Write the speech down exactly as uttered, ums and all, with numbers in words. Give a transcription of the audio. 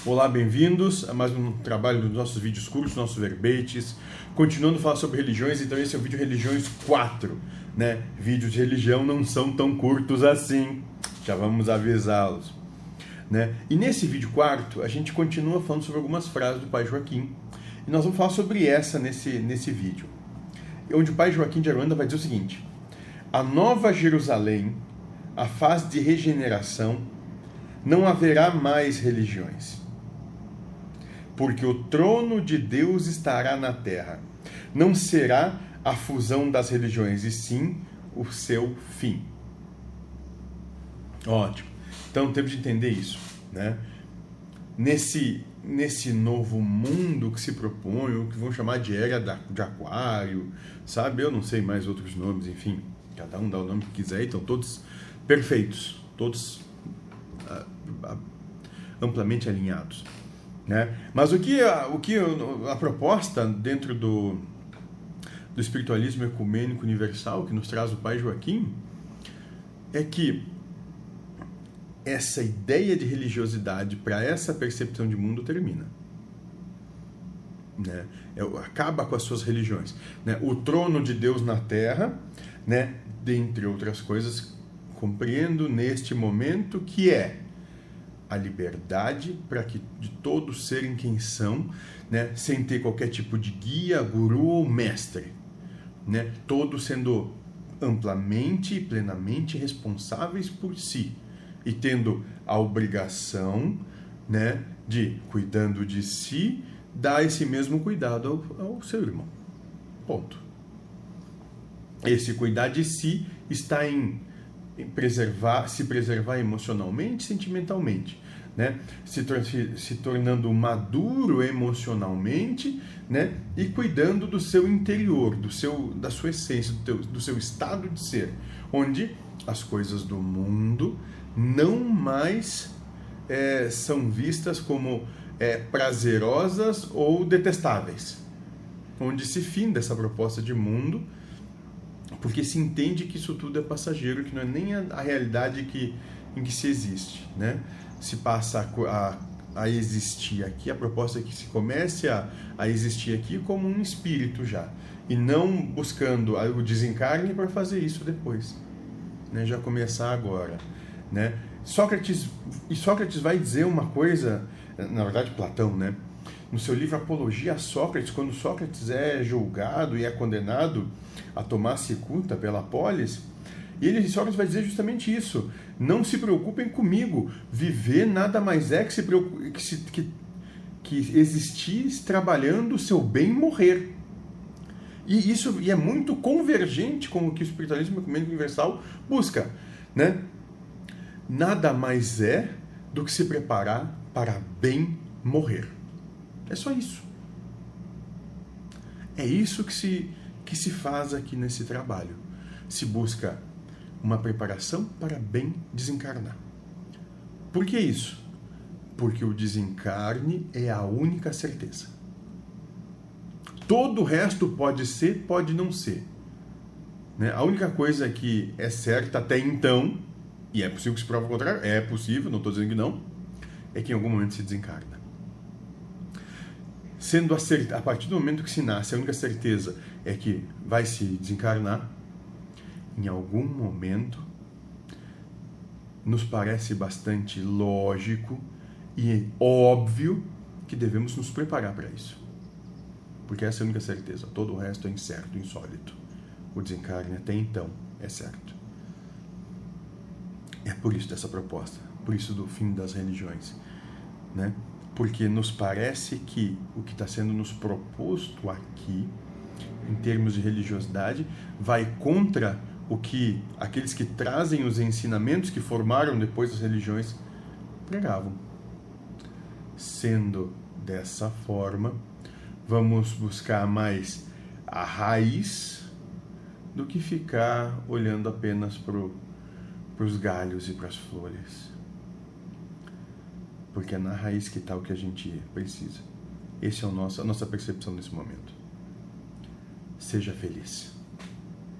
Olá, bem-vindos a mais um trabalho dos nossos vídeos curtos, nossos verbetes. Continuando a falar sobre religiões, então esse é o vídeo Religiões quatro, né? Vídeos de religião não são tão curtos assim, já vamos avisá-los, né? E nesse vídeo quarto, a gente continua falando sobre algumas frases do Pai Joaquim, e nós vamos falar sobre essa nesse, nesse vídeo, onde o Pai Joaquim de Aruanda vai dizer o seguinte: a Nova Jerusalém, a fase de regeneração, não haverá mais religiões, porque o trono de Deus estará na terra. Não será a fusão das religiões, e sim o seu fim. Ótimo. Então temos de entender isso, né? Nesse, nesse novo mundo que se propõe, o que vão chamar de era de aquário, sabe? Eu não sei mais outros nomes, enfim. Cada um dá o nome que quiser, então todos perfeitos, todos uh, uh, amplamente alinhados, né? Mas o que, a, o que a proposta dentro do, do espiritualismo ecumênico universal que nos traz o Pai Joaquim é que essa ideia de religiosidade para essa percepção de mundo termina, né? É, acaba com as suas religiões, né? O trono de Deus na terra, né? Dentre outras coisas, compreendo neste momento que é a liberdade para que de todos serem quem são, né, sem ter qualquer tipo de guia, guru ou mestre, né, todos sendo amplamente e plenamente responsáveis por si e tendo a obrigação, né, de, cuidando de si, dar esse mesmo cuidado ao, ao seu irmão. Ponto. Esse cuidar de si está em preservar, se preservar emocionalmente, sentimentalmente, né? Se, se, se tornando maduro emocionalmente, né? E cuidando do seu interior, do seu, da sua essência, do, teu, do seu estado de ser, onde as coisas do mundo não mais é, são vistas como é, prazerosas ou detestáveis, onde se finda essa proposta de mundo, porque se entende que isso tudo é passageiro, que não é nem a, a realidade que, em que se existe, né? Se passa a, a, a existir aqui, a proposta é que se comece a, a existir aqui como um espírito já, e não buscando o desencarne para fazer isso depois, né? Já começar agora, né? Sócrates, e Sócrates vai dizer uma coisa, na verdade Platão, né? No seu livro Apologia a Sócrates, quando Sócrates é julgado e é condenado a tomar cicuta pela polis, e ele, Sócrates vai dizer justamente isso: não se preocupem comigo, viver nada mais é que, se preocupe, que, se, que, que existir trabalhando o seu bem morrer. E isso e é muito convergente com o que o espiritualismo ecumênico universal busca, né? Nada mais é do que se preparar para bem morrer. É só isso. É isso que se, que se faz aqui nesse trabalho. Se busca uma preparação para bem desencarnar. Por que isso? Porque o desencarne é a única certeza. Todo o resto pode ser, pode não ser, né? A única coisa que é certa até então, e é possível que se prove o contrário, é possível, não estou dizendo que não, é que em algum momento se desencarna. Sendo a, certeza, a partir do momento que se nasce, a única certeza é que vai se desencarnar, em algum momento, nos parece bastante lógico e óbvio que devemos nos preparar para isso. Porque essa é a única certeza, todo o resto é incerto, insólito. O desencarne até então é certo. É por isso dessa proposta, por isso do fim das religiões, né? Porque nos parece que o que está sendo nos proposto aqui, em termos de religiosidade, vai contra o que aqueles que trazem os ensinamentos que formaram depois as religiões pregavam. Sendo dessa forma, vamos buscar mais a raiz do que ficar olhando apenas para os galhos e para as flores. Porque é na raiz que está o que a gente precisa. Essa é a nossa, a nossa percepção nesse momento. Seja feliz.